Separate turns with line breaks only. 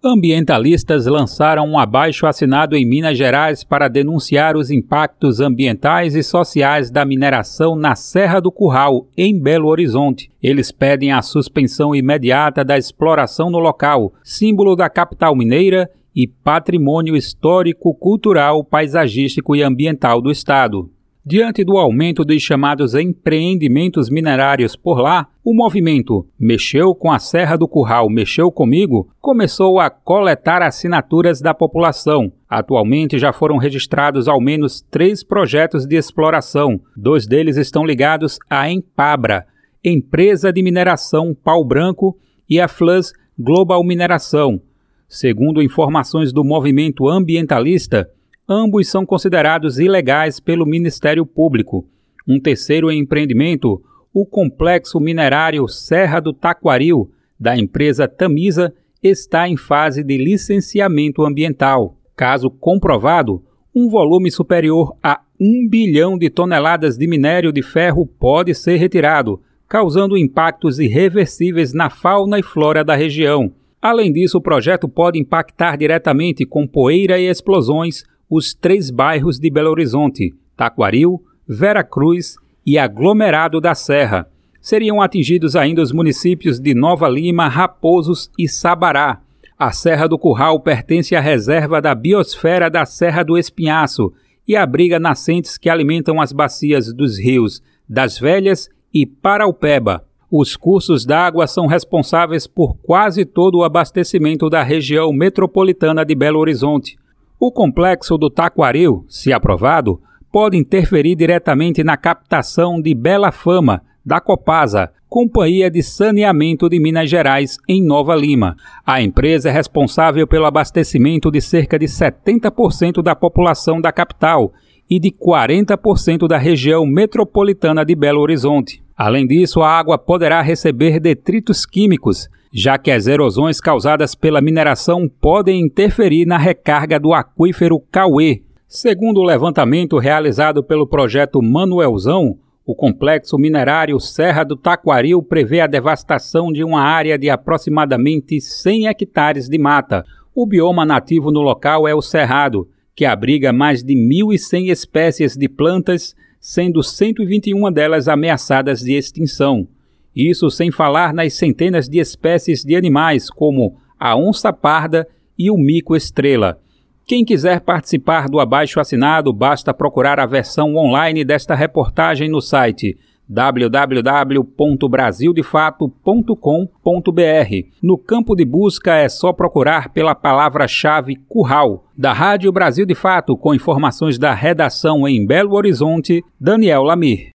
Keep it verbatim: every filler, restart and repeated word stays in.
Ambientalistas lançaram um abaixo-assinado em Minas Gerais para denunciar os impactos ambientais e sociais da mineração na Serra do Curral, em Belo Horizonte. Eles pedem a suspensão imediata da exploração no local, símbolo da capital mineira e patrimônio histórico, cultural, paisagístico e ambiental do estado. Diante do aumento dos chamados empreendimentos minerários por lá, o movimento Mexeu com a Serra do Curral, Mexeu Comigo começou a coletar assinaturas da população. Atualmente já foram registrados ao menos três projetos de exploração. Dois deles estão ligados à Empabra, empresa de mineração Pau Branco, e a Flus Global Mineração. Segundo informações do movimento ambientalista, ambos são considerados ilegais pelo Ministério Público. Um terceiro empreendimento, o Complexo Minerário Serra do Taquaril, da empresa Tamisa, está em fase de licenciamento ambiental. Caso comprovado, um volume superior a um bilhão de toneladas de minério de ferro pode ser retirado, causando impactos irreversíveis na fauna e flora da região. Além disso, o projeto pode impactar diretamente com poeira e explosões os três bairros de Belo Horizonte, Taquaril, Vera Cruz e Aglomerado da Serra. Seriam atingidos ainda os municípios de Nova Lima, Raposos e Sabará. A Serra do Curral pertence à reserva da biosfera da Serra do Espinhaço e abriga nascentes que alimentam as bacias dos rios das Velhas e Paraupeba. Os cursos d'água são responsáveis por quase todo o abastecimento da região metropolitana de Belo Horizonte. O complexo do Taquaril, se aprovado, pode interferir diretamente na captação de Bela Fama, da Copasa, Companhia de Saneamento de Minas Gerais, em Nova Lima. A empresa é responsável pelo abastecimento de cerca de setenta por cento da população da capital e de quarenta por cento da região metropolitana de Belo Horizonte. Além disso, a água poderá receber detritos químicos, já que as erosões causadas pela mineração podem interferir na recarga do aquífero Cauê. Segundo o levantamento realizado pelo projeto Manuelzão, o complexo minerário Serra do Taquaril prevê a devastação de uma área de aproximadamente cem hectares de mata. O bioma nativo no local é o cerrado, que abriga mais de mil e cem espécies de plantas, sendo cento e vinte e uma delas ameaçadas de extinção. Isso sem falar nas centenas de espécies de animais, como a onça-parda e o mico-estrela. Quem quiser participar do abaixo-assinado, basta procurar a versão online desta reportagem no site w w w ponto brasil de fato ponto com ponto b r. No campo de busca é só procurar pela palavra-chave Curral. Da Rádio Brasil de Fato, com informações da redação em Belo Horizonte, Daniel Lamir.